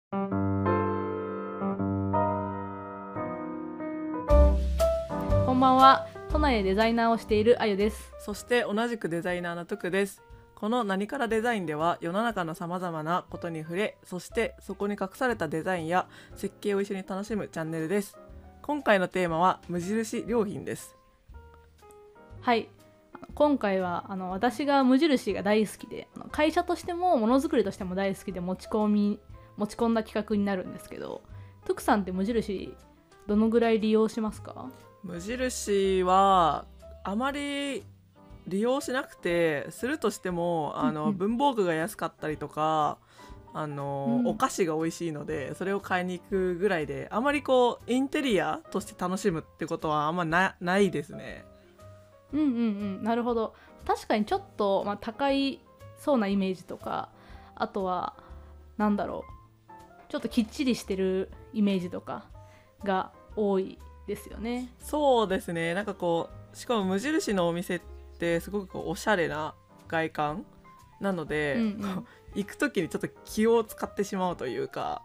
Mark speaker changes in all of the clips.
Speaker 1: こんばんは。都内でデザイナーをしているあゆです。
Speaker 2: そして同じくデザイナーの徳です。この何からデザインでは世の中のさまざまなことに触れ、そしてそこに隠されたデザインや設計を一緒に楽しむチャンネルです。今回のテーマは無印良品です。
Speaker 1: はい、今回は私が無印が大好きで、会社としてもものづくりとしても大好きで持ち込んだ企画になるんですけど、徳さんって無印どのぐらい利用しますか？
Speaker 2: 無印はあまり利用しなくて、するとしても文房具が安かったりとかお菓子が美味しいのでそれを買いに行くぐらいで、あまりインテリアとして楽しむってことはあんまないですね。
Speaker 1: なるほど。確かにちょっと、高いそうなイメージとか、あとはなんだろう、ちょっときっちりしてるイメージとかが多いですよね。
Speaker 2: そうですね。しかも無印のお店ってすごくおしゃれな外観なので、行く時にちょっと気を使ってしまうというか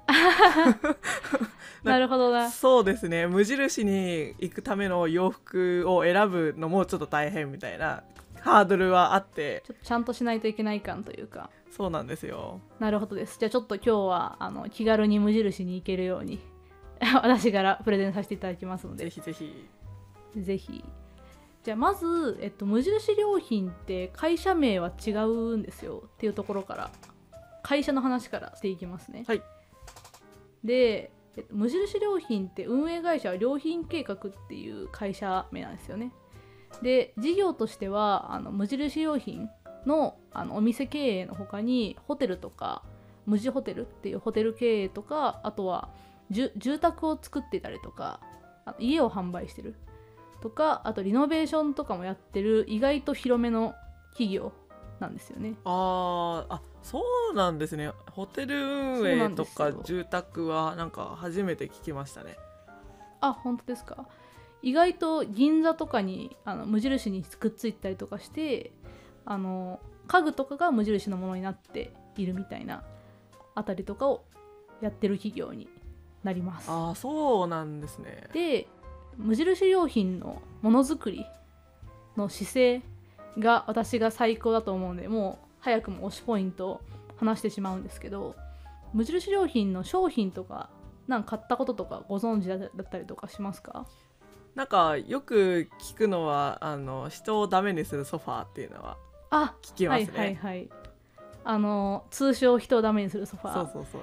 Speaker 1: なるほどな。
Speaker 2: そうですね。無印に行くための洋服を選ぶのもちょっと大変みたいなハードルはあって、
Speaker 1: ちゃんとしないといけない感というか。
Speaker 2: そうなんですよ。
Speaker 1: なるほどです。じゃあちょっと今日は気軽に無印に行けるように私からプレゼンさせていただきますので、
Speaker 2: ぜひぜひ。
Speaker 1: じゃあまず、無印良品って会社名は違うんですよっていうところから、会社の話からしていきますね。
Speaker 2: はい。
Speaker 1: で、無印良品って運営会社は良品計画っていう会社名なんですよね。で、事業としては無印良品のお店経営の他にホテルとか無地ホテルっていうホテル経営とか、あとは住宅を作ってたりとか、家を販売してるとか、あとリノベーションとかもやってる意外と広めの企業なんですよね。
Speaker 2: そうなんですね。ホテル運営とか住宅はなんか初めて聞きましたね。
Speaker 1: 本当ですか？意外と銀座とかに無印にくっついたりとかして、家具とかが無印のものになっているみたいなあたりとかをやってる企業になります。
Speaker 2: そうなんですね。
Speaker 1: で、無印良品のものづくりの姿勢が私が最高だと思うので、もう早くも推しポイントを話してしまうんですけど、無印良品の商品とかなんか買ったこととかご存知だったりとかしますか？
Speaker 2: なんかよく聞くのは人をダメにするソファーっていうのは聞きますね。
Speaker 1: 通称人をダメにするソファー。
Speaker 2: そう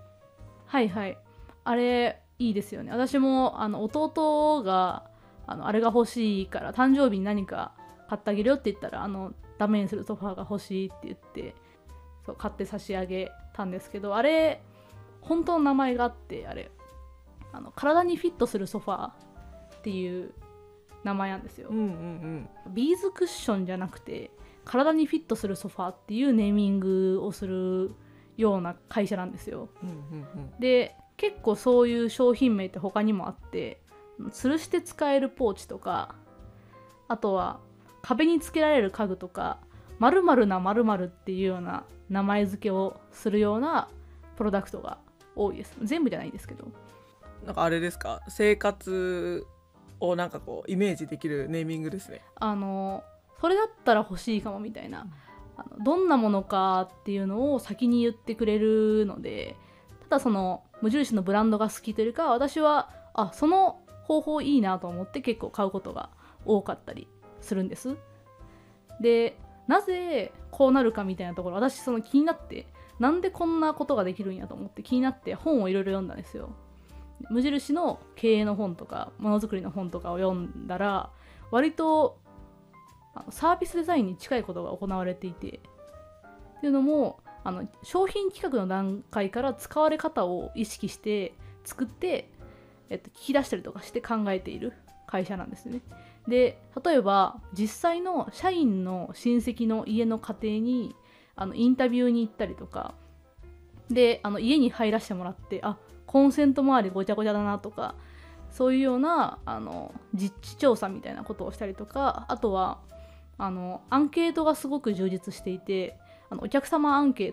Speaker 1: あれいいですよね。私も弟があれが欲しいから誕生日に何か買ってあげるよって言ったら、ダメにするソファーが欲しいって言って買って差し上げたんですけど、あれ本当の名前があって、あれ体にフィットするソファーっていう名前なんですよ。ビーズクッションじゃなくて体にフィットするソファーっていうネーミングをするような会社なんですよ。で、結構そういう商品名って他にもあって、吊るして使えるポーチとか、あとは壁につけられる家具とか、〇〇な〇〇っていうような名前付けをするようなプロダクトが多いです。全部じゃないですけど。
Speaker 2: なんかあれですか、生活をなんかイメージできるネーミングですね。
Speaker 1: それだったら欲しいかもみたいな、どんなものかっていうのを先に言ってくれるので、ただその無印のブランドが好きというか、私はその方法いいなと思って結構買うことが多かったりするんです。で、なぜこうなるかみたいなところ、私気になって、なんでこんなことができるんやと思って気になって本をいろいろ読んだんですよ。無印の経営の本とかものづくりの本とかを読んだら、割とサービスデザインに近いことが行われていて、っていうのも商品企画の段階から使われ方を意識して作って、聞き出したりとかして考えている会社なんですね。で、例えば実際の社員の親戚の家の家庭にインタビューに行ったりとかで、家に入らせてもらって、コンセント周りごちゃごちゃだなとか、そういうような実地調査みたいなことをしたりとか、あとはアンケートがすごく充実していて、お客様アンケートっ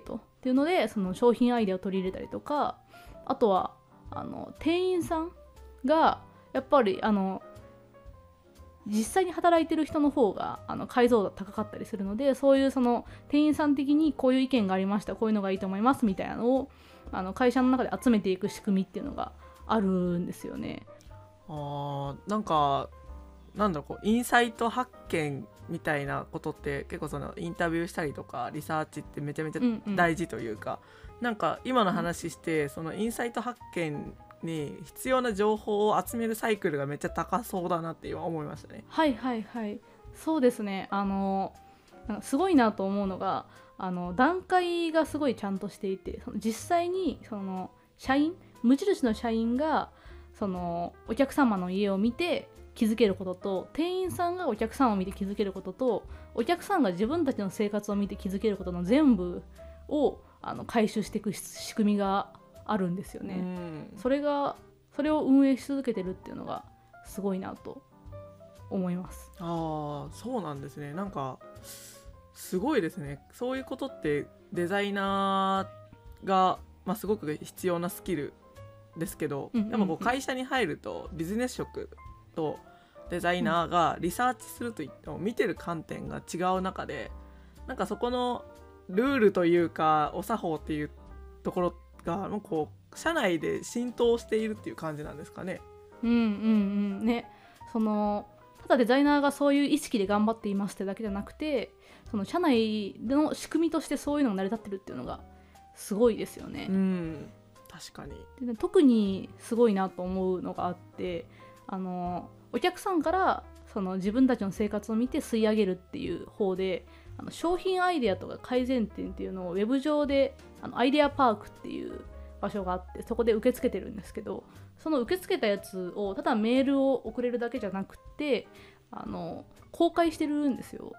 Speaker 1: っていうのでその商品アイデアを取り入れたりとか、あとは店員さんがやっぱり実際に働いてる人の方が解像度高かったりするので、そういうその店員さん的にこういう意見がありました、こういうのがいいと思いますみたいなのを会社の中で集めていく仕組みっていうのがあるんですよね。
Speaker 2: なんかなんだろう、こうインサイト発見みたいなことって結構そのインタビューしたりとかリサーチってめちゃめちゃ大事というか、なんか今の話して、そのインサイト発見に必要な情報を集めるサイクルがめっちゃ高そうだなって今思いましたね。
Speaker 1: はいはいはい、そうですね。すごいなと思うのが段階がすごいちゃんとしていて、実際にその無印の社員がそのお客様の家を見て気づけることと、店員さんがお客さんを見て気づけることと、お客さんが自分たちの生活を見て気づけることの全部を回収していく仕組みがあるんですよね。それを運営し続けてるっていうのがすごいなと思います。
Speaker 2: そうなんですね。なんかすごいですね。そういうことってデザイナーが、すごく必要なスキルですけど、でもこう会社に入るとビジネス職とデザイナーがリサーチするといっても見てる観点が違う中で、なんかそこのルールというかお作法っていうところがこう社内で浸透しているっていう感じなんですかね。
Speaker 1: ね、ただデザイナーがそういう意識で頑張っていますってだけじゃなくて、その社内の仕組みとしてそういうのが成り立ってるっていうのがすごいですよね。
Speaker 2: 確かに。
Speaker 1: で、特にすごいなと思うのがあって、お客さんからその自分たちの生活を見て吸い上げるっていう方で、商品アイデアとか改善点っていうのをウェブ上でアイデアパークっていう場所があって、そこで受け付けてるんですけど、その受け付けたやつをただメールを送れるだけじゃなくて公開してるんですよ。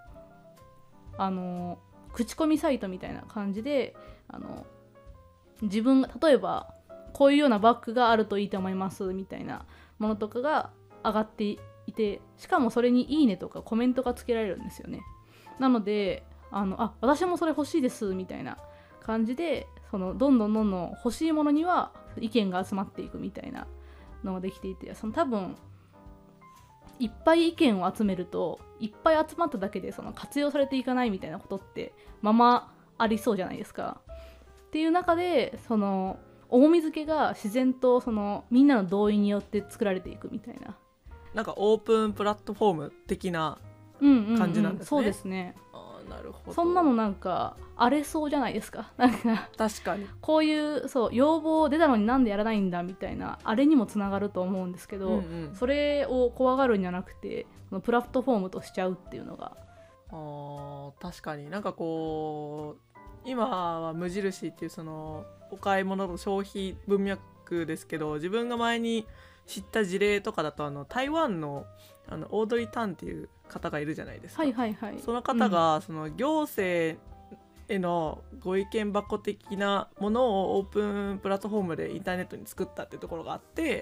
Speaker 1: 口コミサイトみたいな感じで自分が例えばこういうようなバッグがあるといいと思いますみたいなものとかが上がっていて、しかもそれにいいねとかコメントがつけられるんですよね。なので私もそれ欲しいですみたいな感じで、どんどん欲しいものには意見が集まっていくみたいなのができていて、多分いっぱい意見を集めるといっぱい集まっただけで活用されていかないみたいなことってありそうじゃないですか。っていう中で重み付けが自然とみんなの同意によって作られていくみたいな、
Speaker 2: なんかオープンプラットフォーム的な感じなんですね。
Speaker 1: そうですね。
Speaker 2: なるほど。
Speaker 1: そんなのなんか荒れそうじゃないですか。なんか
Speaker 2: 確かに
Speaker 1: こういう要望出たのになんでやらないんだみたいなあれにもつながると思うんですけど、それを怖がるんじゃなくてプラットフォームとしちゃうっていうのが
Speaker 2: 確かになんかこう今は無印っていうお買い物の消費文脈ですけど、自分が前に知った事例とかだと台湾のオードリー・タンっていう方がいるじゃないですか。その方が行政へのご意見箱的なものをオープンプラットフォームでインターネットに作ったっていうところがあって、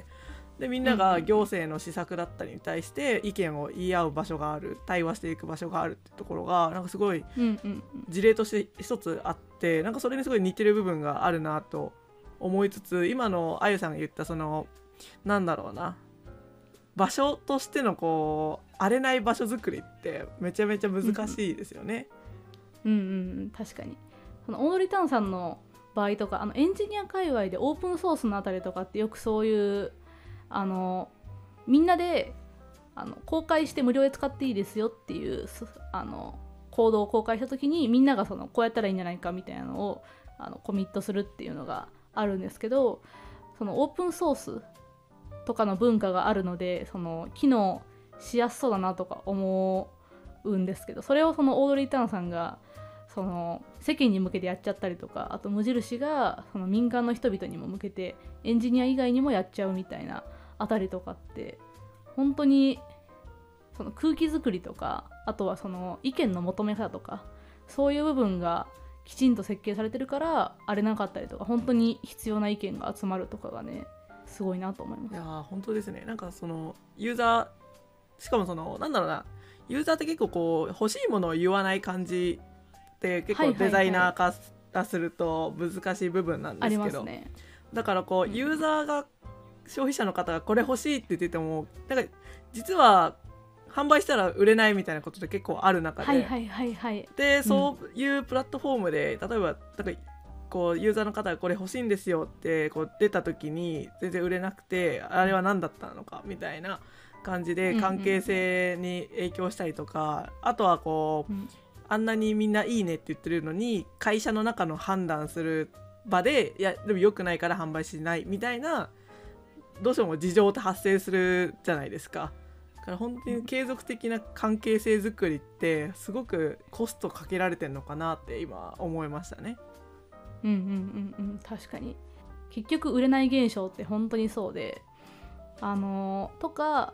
Speaker 2: でみんなが行政の施策だったりに対して意見を言い合う場所がある、対話していく場所があるっていうところがなんかすごい事例として一つあって、なんかそれにすごい似てる部分があるなと思いつつ、今のあゆさんが言ったなんだろうな、場所としての荒れない場所づくりってめちゃめちゃ難しいですよね。
Speaker 1: 確かにオードリー・タンさんの場合とかエンジニア界隈でオープンソースのあたりとかってよくそういうみんなで公開して無料で使っていいですよっていうコードを公開した時にみんながこうやったらいいんじゃないかみたいなのをコミットするっていうのがあるんですけど、オープンソースとかの文化があるので機能しやすそうだなとか思うんですけど、それをオードリー・タンさんが世間に向けてやっちゃったりとか、あと無印が民間の人々にも向けてエンジニア以外にもやっちゃうみたいなあたりとかって本当に空気作りとか、あとは意見の求め方とかそういう部分がきちんと設計されてるから荒れなかったりとか、本当に必要な意見が集まるとかがねすごいなと思います。
Speaker 2: いや本当ですね。なんかユーザー、しかもなんだろうな、ユーザーって結構欲しいものを言わない感じって結構デザイナーか、 らすると難しい部分なんで
Speaker 1: あり
Speaker 2: すけど、
Speaker 1: ますね。
Speaker 2: だからこうユーザーが、消費者の方がこれ欲しいって言ってても、だから実は販売したら売れないみたいなことって結構ある中で、
Speaker 1: はいはいはいはい。
Speaker 2: でそういうプラットフォームで、例えばなんかこうユーザーの方がこれ欲しいんですよってこう出た時に全然売れなくて、あれは何だったのかみたいな感じで関係性に影響したりとか、あとはこう、あんなにみんないいねって言ってるのに会社の中の判断する場で、いやでも良くないから販売しないみたいな、どうしても事情って発生するじゃないですか。だから本当に継続的な関係性づくりってすごくコストかけられてるのかなって今思いましたね。
Speaker 1: 確かに結局売れない現象って本当にそうで、とか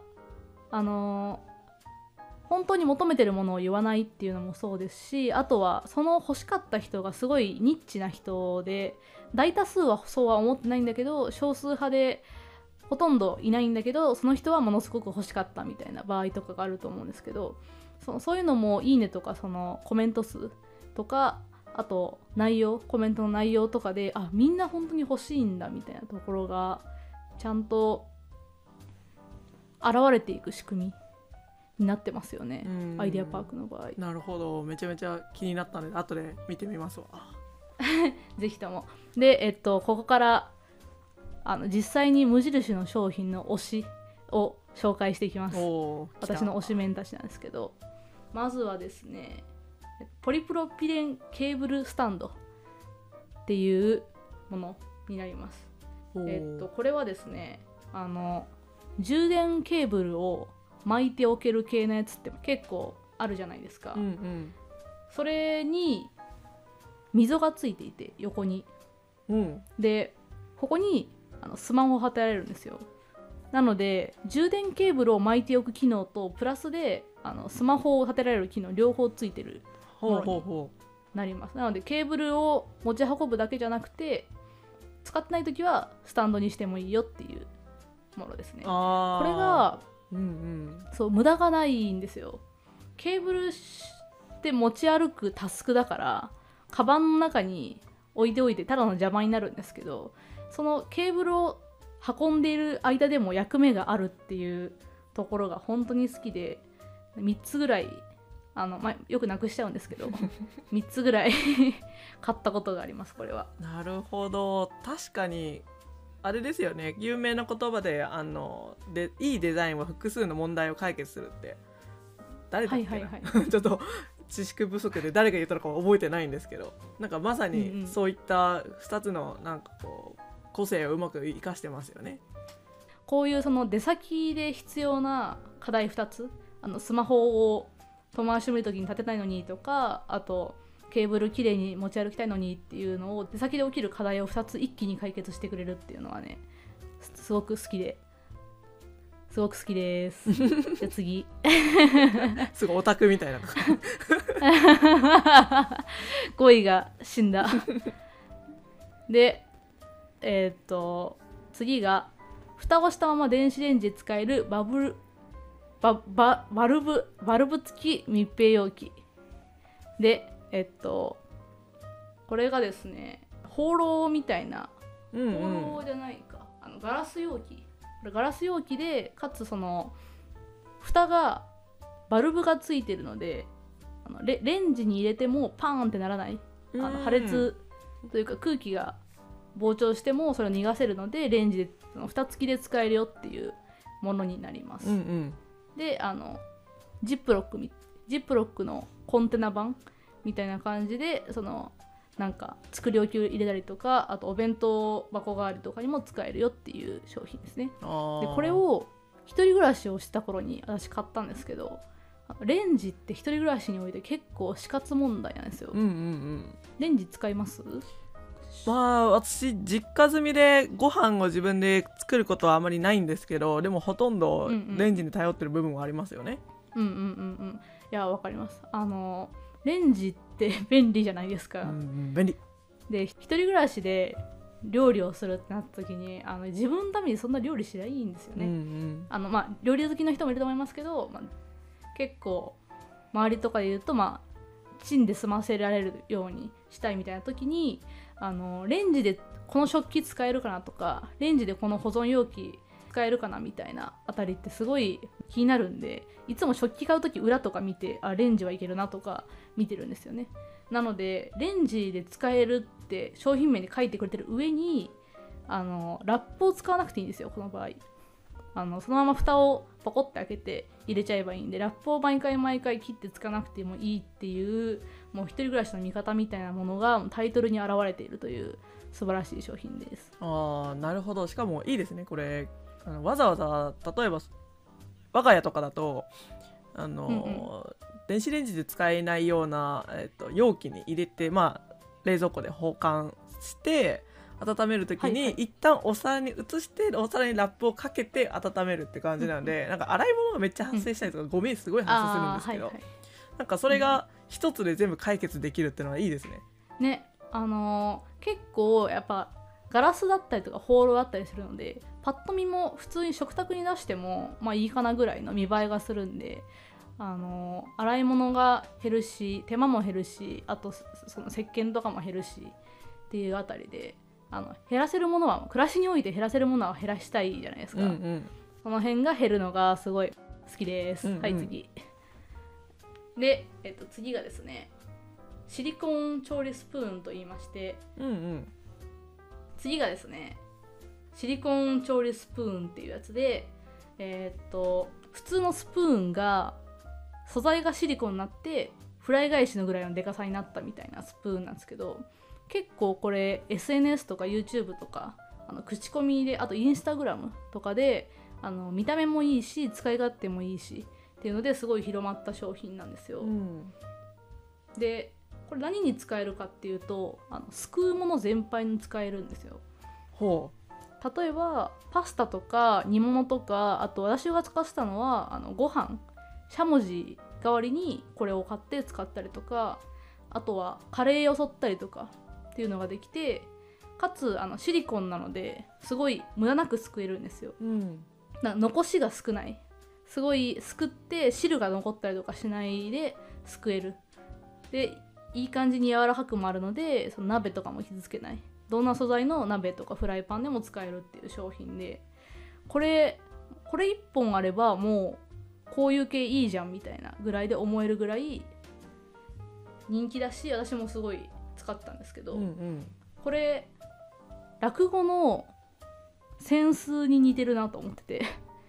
Speaker 1: 本当に求めてるものを言わないっていうのもそうですし、あとはその欲しかった人がすごいニッチな人で、大多数はそうは思ってないんだけど、少数派でほとんどいないんだけど、その人はものすごく欲しかったみたいな場合とかがあると思うんですけど、そういうのもいいねとかそのコメント数とか、あとコメントの内容とかで、あ、みんな本当に欲しいんだみたいなところがちゃんと現れていく仕組みになってますよね、アイデアパークの場合。
Speaker 2: なるほど、めちゃめちゃ気になったので後で見てみますわ
Speaker 1: ぜひとも。で、ここから実際に無印の商品の推しを紹介していきます。私の推しメンたちなんですけど、まずはですね、ポリプロピレンケーブルスタンドっていうものになります。これはですね、充電ケーブルを巻いておける系のやつって結構あるじゃないですか、それに溝がついていて横に、でここにスマホを貼ってられるんですよ。なので充電ケーブルを巻いておく機能とプラスでスマホを立てられる機能両方ついてるものになります。なのでケーブルを持ち運ぶだけじゃなくて、使ってない時はスタンドにしてもいいよっていうものですね。これが、そう無駄がないんですよ。ケーブルって持ち歩くタスクだから、カバンの中に置いておいてただの邪魔になるんですけど、そのケーブルを運んでいる間でも役目があるっていうところが本当に好きで、3つぐらいよくなくしちゃうんですけど3つぐらい買ったことがあります。これは
Speaker 2: なるほど、確かにあれですよね、有名な言葉でいいデザインは複数の問題を解決するって誰だっけな、ちょっと知識不足で誰が言ったのか覚えてないんですけど、なんかまさにそういった2つのなんかこう個性をうまく生かしてますよね。
Speaker 1: こういうその出先で必要な課題2つ、スマホを友達と見るときに立てたいのにとか、あとケーブルきれいに持ち歩きたいのにっていうのを出先で起きる課題を2つ一気に解決してくれるっていうのはね、すごく好きですじゃあ次
Speaker 2: すごいオタクみたいな
Speaker 1: 語彙が死んだで次が蓋をしたまま電子レンジで使えるバルブ付き密閉容器で、これがですね、ホーローみたいな、ホーローじゃないか、ガラス容器、ガラス容器で、かつその蓋がバルブがついてるので、レンジに入れてもパーンってならない、破裂というか空気が膨張してもそれを逃がせるので、レンジで蓋付きで使えるよっていうものになります。でジップロックのコンテナ版みたいな感じで、なんか作り置きを入れたりとか、あとお弁当箱代わりとかにも使えるよっていう商品ですね。でこれを一人暮らしをした頃に私買ったんですけど、レンジって一人暮らしにおいて結構死活問題なんですよ。レンジ使います？
Speaker 2: 私実家住みでご飯を自分で作ることはあまりないんですけど、でもほとんどレンジに頼ってる部分はありますよね。
Speaker 1: いやわかります。レンジって便利じゃないですか。
Speaker 2: 便利
Speaker 1: で、一人暮らしで料理をするってなった時に自分のためにそんな料理しないいんですよね。料理好きの人もいると思いますけど、結構周りとかで言うとちんで済ませられるようにしたいみたいな時にレンジでこの食器使えるかなとか、レンジでこの保存容器使えるかなみたいなあたりってすごい気になるんで、いつも食器買う時裏とか見て、レンジはいけるなとか見てるんですよね。なのでレンジで使えるって商品名に書いてくれてる上にラップを使わなくていいんですよ、この場合。そのまま蓋をポコって開けて入れちゃえばいいんで、ラップを毎回切ってつかなくてもいいっていう、もう一人暮らしの味方みたいなものがタイトルに表れているという素晴らしい商品です。
Speaker 2: なるほど。しかもいいですねこれ。わざわざ例えば我が家とかだと電子レンジで使えないような、容器に入れて、冷蔵庫で保管して温めるときに、一旦お皿に移してお皿にラップをかけて温めるって感じなので、なんか洗い物がめっちゃ発生したりとか、ゴミすごい発生するんですけど、なんかそれが一つで全部解決できるっていうのはいいですね。
Speaker 1: ね、結構やっぱガラスだったりとかホールだったりするので、パッと見も普通に食卓に出してもいいかなぐらいの見栄えがするんで、洗い物が減るし手間も減るし、あとその石鹸とかも減るしっていうあたりで、減らせるものは暮らしにおいて減らせるものは減らしたいじゃないですか、その辺が減るのがすごい好きです、はい。次で、次がですね、シリコン調理スプーンと言いまして、次がですねシリコン調理スプーンっていうやつで、普通のスプーンが素材がシリコンになってフライ返しのぐらいのデカさになったみたいなスプーンなんですけど、結構これ SNS とか YouTube とか口コミで、あと Instagram とかで見た目もいいし使い勝手もいいしっていうのですごい広まった商品なんですよ、でこれ何に使えるかっていうとすくうもの全般に使えるんですよ。例えばパスタとか煮物とか、あと私が使ってたのはご飯しゃもじ代わりにこれを買って使ったりとか、あとはカレーよそったりとかっていうのができて、かつシリコンなのですごい無駄なくすくえるんですよ、残しが少ない、すごいすくって汁が残ったりとかしないですくえる。でいい感じに柔らかくもあるので、その鍋とかも傷つけない、どんな素材の鍋とかフライパンでも使えるっていう商品で、これ1本あればもうこういう系いいじゃんみたいなぐらいで思えるぐらい人気だし、私もすごい使ってたんですけど、これ落語の扇子に似てるなと思ってて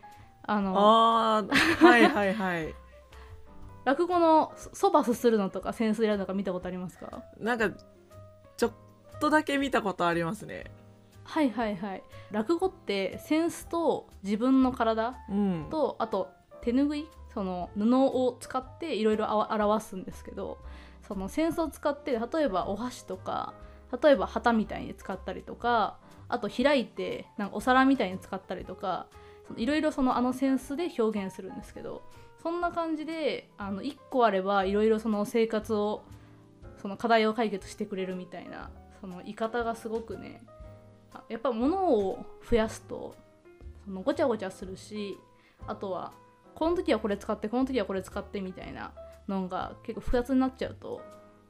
Speaker 1: 落語のそばすするのとか扇子やるのとか見たことありますか？
Speaker 2: なんかちょっとだけ見たことありますね。
Speaker 1: 落語って扇子と自分の体と、あと手ぬぐい、その布を使っていろいろ表すんですけど、その扇子を使って例えばお箸とか、例えば旗みたいに使ったりとか、あと開いてなんかお皿みたいに使ったりとか、いろいろその扇子で表現するんですけど、そんな感じで1個あればいろいろその生活を、その課題を解決してくれるみたいな、その言い方がすごくね、やっぱ物を増やすとそのごちゃごちゃするし、あとはこの時はこれ使ってこの時はこれ使ってみたいなのが結構複雑になっちゃうと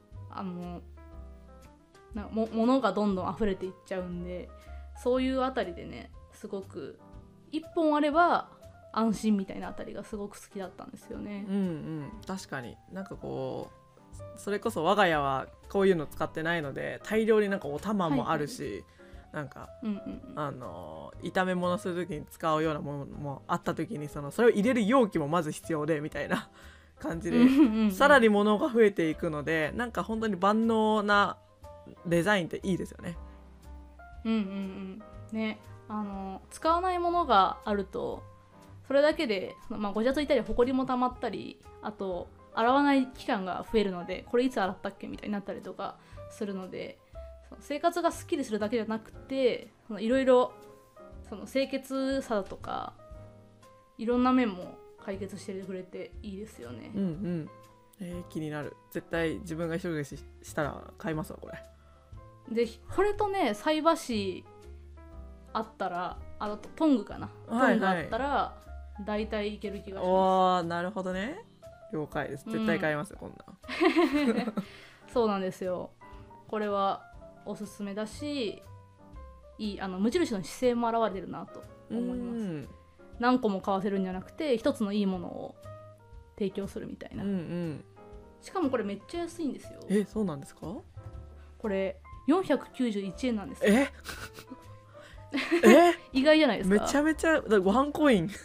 Speaker 1: 物がどんどん溢れていっちゃうんで、そういうあたりでね、すごく1本あれば安心みたいなあたりがすごく好きだったんですよね。
Speaker 2: 確かになんかこう、それこそ我が家はこういうの使ってないので大量になんかお玉もあるし、なんか、炒め物する時に使うようなものもあった時にそれを入れる容器もまず必要でみたいな感じでさらに物が増えていくので、なんか本当に万能なデザインっていいですよね。
Speaker 1: ね、使わないものがあるとそれだけで、ごちゃついたりほこりもたまったり、あと洗わない期間が増えるので、これいつ洗ったっけみたいになったりとかするので、生活がスッキリするだけじゃなくて、いろいろその清潔さとかいろんな面も解決してくれていいですよね。
Speaker 2: 気になる。絶対自分が一人暮らししたら買いますわこれ。
Speaker 1: ぜひ。これとね、菜箸あったら、トングかな、トングあったら大体いける気がします。
Speaker 2: なるほどね。 了解です。絶対買いますよ、こんな
Speaker 1: そうなんですよ。これはおすすめだし、いい無印の姿勢も表れてるなと思います。何個も買わせるんじゃなくて一つのいいものを提供するみたいな、しかもこれめっちゃ安いんですよ。
Speaker 2: そうなんですか？
Speaker 1: これ491円なんですよ。意外じゃないですか？
Speaker 2: めちゃめちゃワンコイン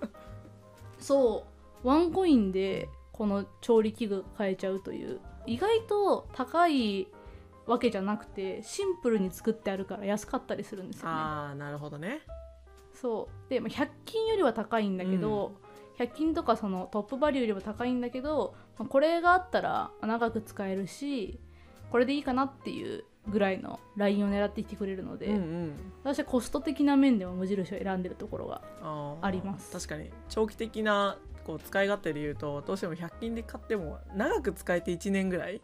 Speaker 1: そうワンコインでこの調理器具買えちゃうという、意外と高いわけじゃなくてシンプルに作ってあるから安かったりするんですよね。
Speaker 2: ああ、なるほどね。
Speaker 1: そうで、100均よりは高いんだけど、100均とかそのトップバリューよりも高いんだけど、これがあったら長く使えるし、これでいいかなっていうぐらいのラインを狙ってきてくれるので、私はコスト的な面でも無印を選んでるところがあります。
Speaker 2: 確かに長期的なこう使い勝手で言うと、どうしても100均で買っても長く使えて1年ぐらい、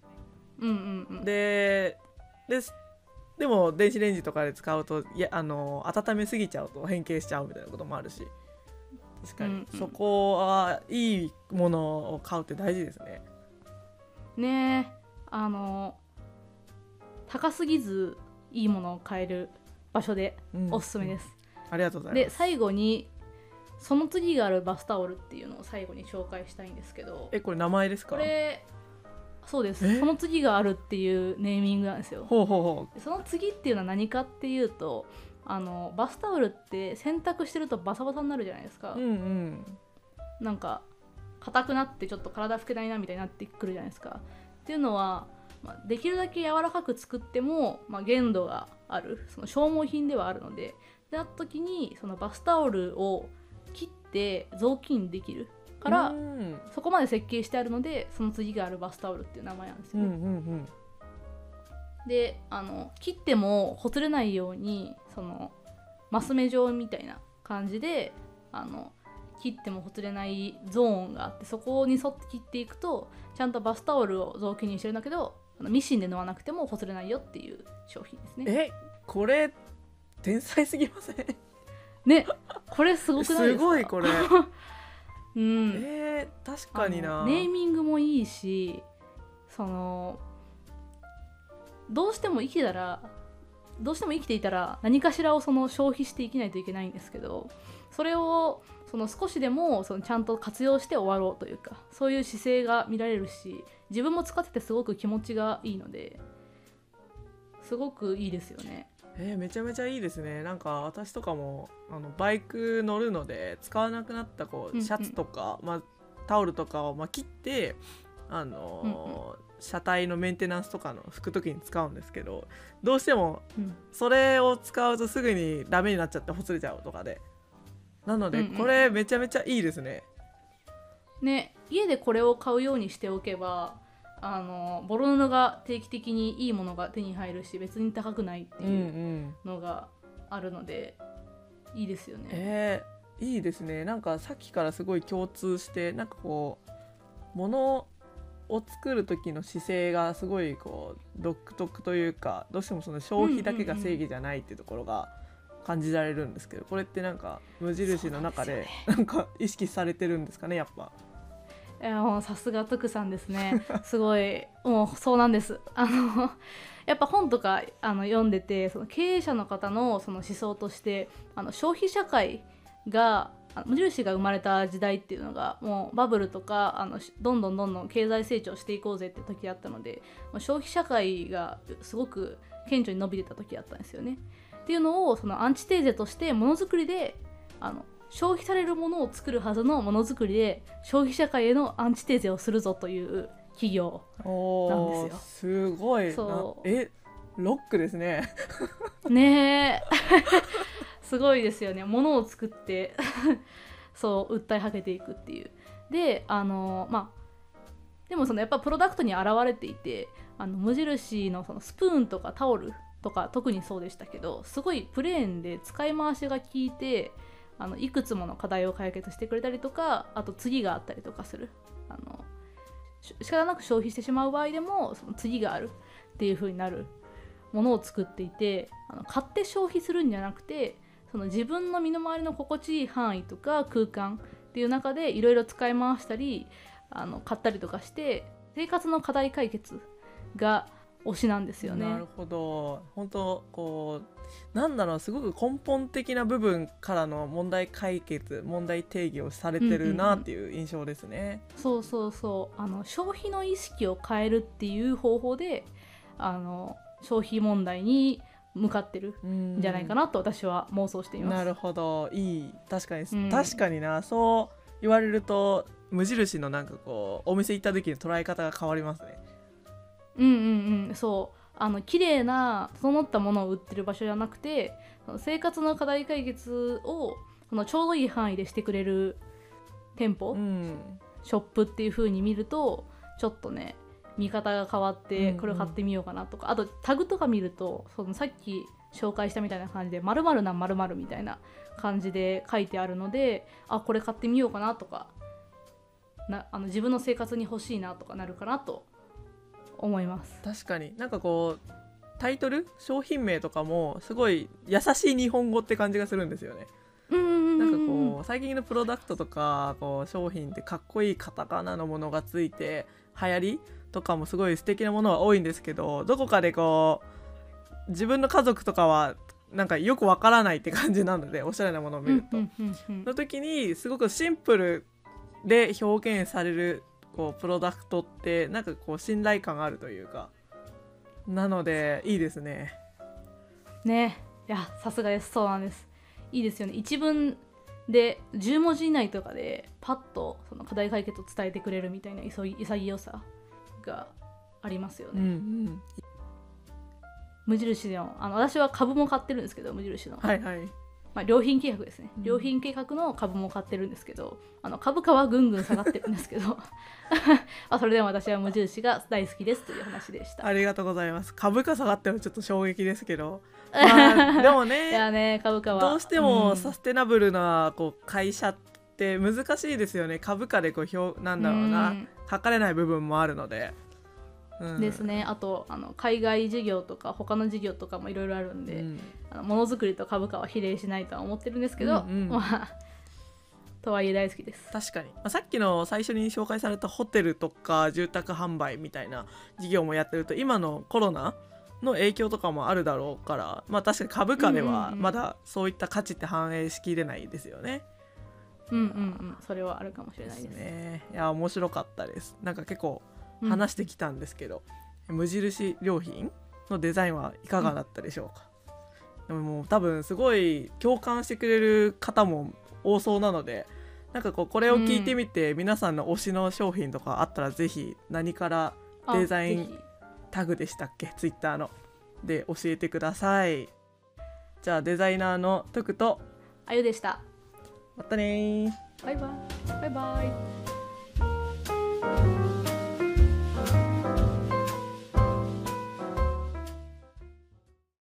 Speaker 2: でも電子レンジとかで使うと温めすぎちゃうと変形しちゃうみたいなこともあるし、確かに、そこはいいものを買うって大事ですね。
Speaker 1: ねえ、高すぎずいいものを買える場所でおすすめです。
Speaker 2: ありがとうございます。
Speaker 1: で最後にその次があるバスタオルっていうのを最後に紹介したいんですけど、
Speaker 2: これ名前ですか？
Speaker 1: これそうです。その次があるっていうネーミングなんですよ。その次っていうのは何かっていうと、バスタオルって洗濯してるとバサバサになるじゃないですか。なんか硬くなってちょっと体拭けないなみたいになってくるじゃないですか。っていうのは、できるだけ柔らかく作っても、限度がある、その消耗品ではあるので、であった時にそのバスタオルを切って雑巾できるから、そこまで設計してあるので、その次があるバスタオルっていう名前なんですよね。で切ってもほつれないようにそのマス目状みたいな感じで切ってもほつれないゾーンがあって、そこに沿って切っていくとちゃんとバスタオルを雑巾にしてるんだけど、ミシンで縫わなくてもほつれないよっていう商品ですね。
Speaker 2: これ天才すぎません？
Speaker 1: ね、これすごくないですか？
Speaker 2: すごいこれ確かにな。
Speaker 1: ネーミングもいいし、どうしても生きていたら何かしらを消費していけないといけないんですけど、それを少しでもちゃんと活用して終わろうというか、そういう姿勢が見られるし、自分も使っててすごく気持ちがいいので、すごくいいですよね。
Speaker 2: めちゃめちゃいいですね。なんか私とかもバイク乗るので使わなくなったシャツとか、タオルとかを切って車体のメンテナンスとかの拭く時に使うんですけど、どうしてもそれを使うとすぐにダメになっちゃってほつれちゃうとかで、なのでこれめちゃめちゃいいですね。
Speaker 1: 家でこれを買うようにしておけばボロ布が定期的にいいものが手に入るし、別に高くないっていうのがあるので、いいですよね。
Speaker 2: いいですね。なんかさっきからすごい共通して、なんかこう物を作る時の姿勢がすごいこう独特というか、どうしてもその消費だけが正義じゃないっていうところが感じられるんですけど、これってなんか無印の中でなんか意識されてるんですかね、やっぱ。
Speaker 1: もうさすが徳さんですね。すごいもうそうなんです。やっぱ本とか読んでて、その経営者の方のその思想として、消費社会が無印が生まれた時代っていうのがもうバブルとかどんどん経済成長していこうぜって時だったので、消費社会がすごく顕著に伸びてた時だったんですよね。っていうのをそのアンチテーゼとしてものづくりで消費されるものを作るはずのものづくりで消費社会へのアンチテーゼをするぞという企業なんです
Speaker 2: よ。すごいロックですね。
Speaker 1: ねえすごいですよね。ものを作ってそう訴えかけていくっていう。ででもやっぱプロダクトに現れていて、無印のそのスプーンとかタオルとか特にそうでしたけど、すごいプレーンで使い回しが効いていくつもの課題を解決してくれたりとか、あと次があったりとかする、仕方なく消費してしまう場合でもその次があるっていう風になるものを作っていて、買って消費するんじゃなくて、その自分の身の回りの心地いい範囲とか空間っていう中でいろいろ使い回したり買ったりとかして生活の課題解決が推しなんですよね。
Speaker 2: なるほど。本当こうなんだろう、すごく根本的な部分からの問題解決、問題定義をされてるなっていう印象ですね。
Speaker 1: そうそうそう、消費の意識を変えるっていう方法で消費問題に向かってるんじゃないかなと私は妄想しています。
Speaker 2: なるほど、いい。確かに、
Speaker 1: うん、
Speaker 2: 確かにな。そう言われると無印のなんかこうお店行った時に捉え方が変わりますね。
Speaker 1: そう綺麗な整ったものを売ってる場所じゃなくて、生活の課題解決をちょうどいい範囲でしてくれる店舗、ショップっていう風に見るとちょっとね見方が変わってこれを買ってみようかなとか、あとタグとか見るとさっき紹介したみたいな感じで〇〇な〇〇みたいな感じで書いてあるので、これ買ってみようかなとか自分の生活に欲しいなとかなるかなと思います。
Speaker 2: 確かになんかこうタイトル商品名とかもすごい優しい日本語って感じがするんですよね。なんかこう最近のプロダクトとかこう商品ってかっこいいカタカナのものがついて流行りとかもすごい素敵なものは多いんですけど、どこかでこう自分の家族とかはなんかよくわからないって感じなので、おしゃれなものを見るとの時にすごくシンプルで表現されるこうプロダクトってなんかこう信頼感があるというか、なのでいいですね。
Speaker 1: ね、いやさすがです。そうなんです。いいですよね。一文で10文字以内とかでパッとその課題解決を伝えてくれるみたいな潔さがありますよね。無印の私は株も買ってるんですけど、無印の、良品計画ですね。良品計画の株も買ってるんですけど、株価はぐんぐん下がってるんですけどそれでも私は無印が大好きですという話でした。
Speaker 2: ありがとうございます。株価下がってもちょっと衝撃ですけどでもね、
Speaker 1: いやね、株価は
Speaker 2: どうしてもサステナブルなこう会社って難しいですよね。株価でこうなんだろうな、測れない部分もあるので、
Speaker 1: ですね。あと海外事業とか他の事業とかもいろいろあるんで、ものづくりと株価は比例しないとは思ってるんですけど、とはいえ大好きです。
Speaker 2: 確かに、さっきの最初に紹介されたホテルとか住宅販売みたいな事業もやってると、今のコロナの影響とかもあるだろうから、確かに株価ではまだそういった価値って反映しきれないですよね。
Speaker 1: それはあるかもしれないです
Speaker 2: ね。いや面白かったです。なんか結構話してきたんですけど、無印良品のデザインはいかがだったでしょうか。でももう多分すごい共感してくれる方も多そうなので、なんかこれを聞いてみて、皆さんの推しの商品とかあったらぜひ何からデザインタグでしたっけ、ツイッターので教えてください。じゃあデザイナーのトクと
Speaker 1: あゆでした。
Speaker 2: またね。
Speaker 1: バイバイ。バイバイ。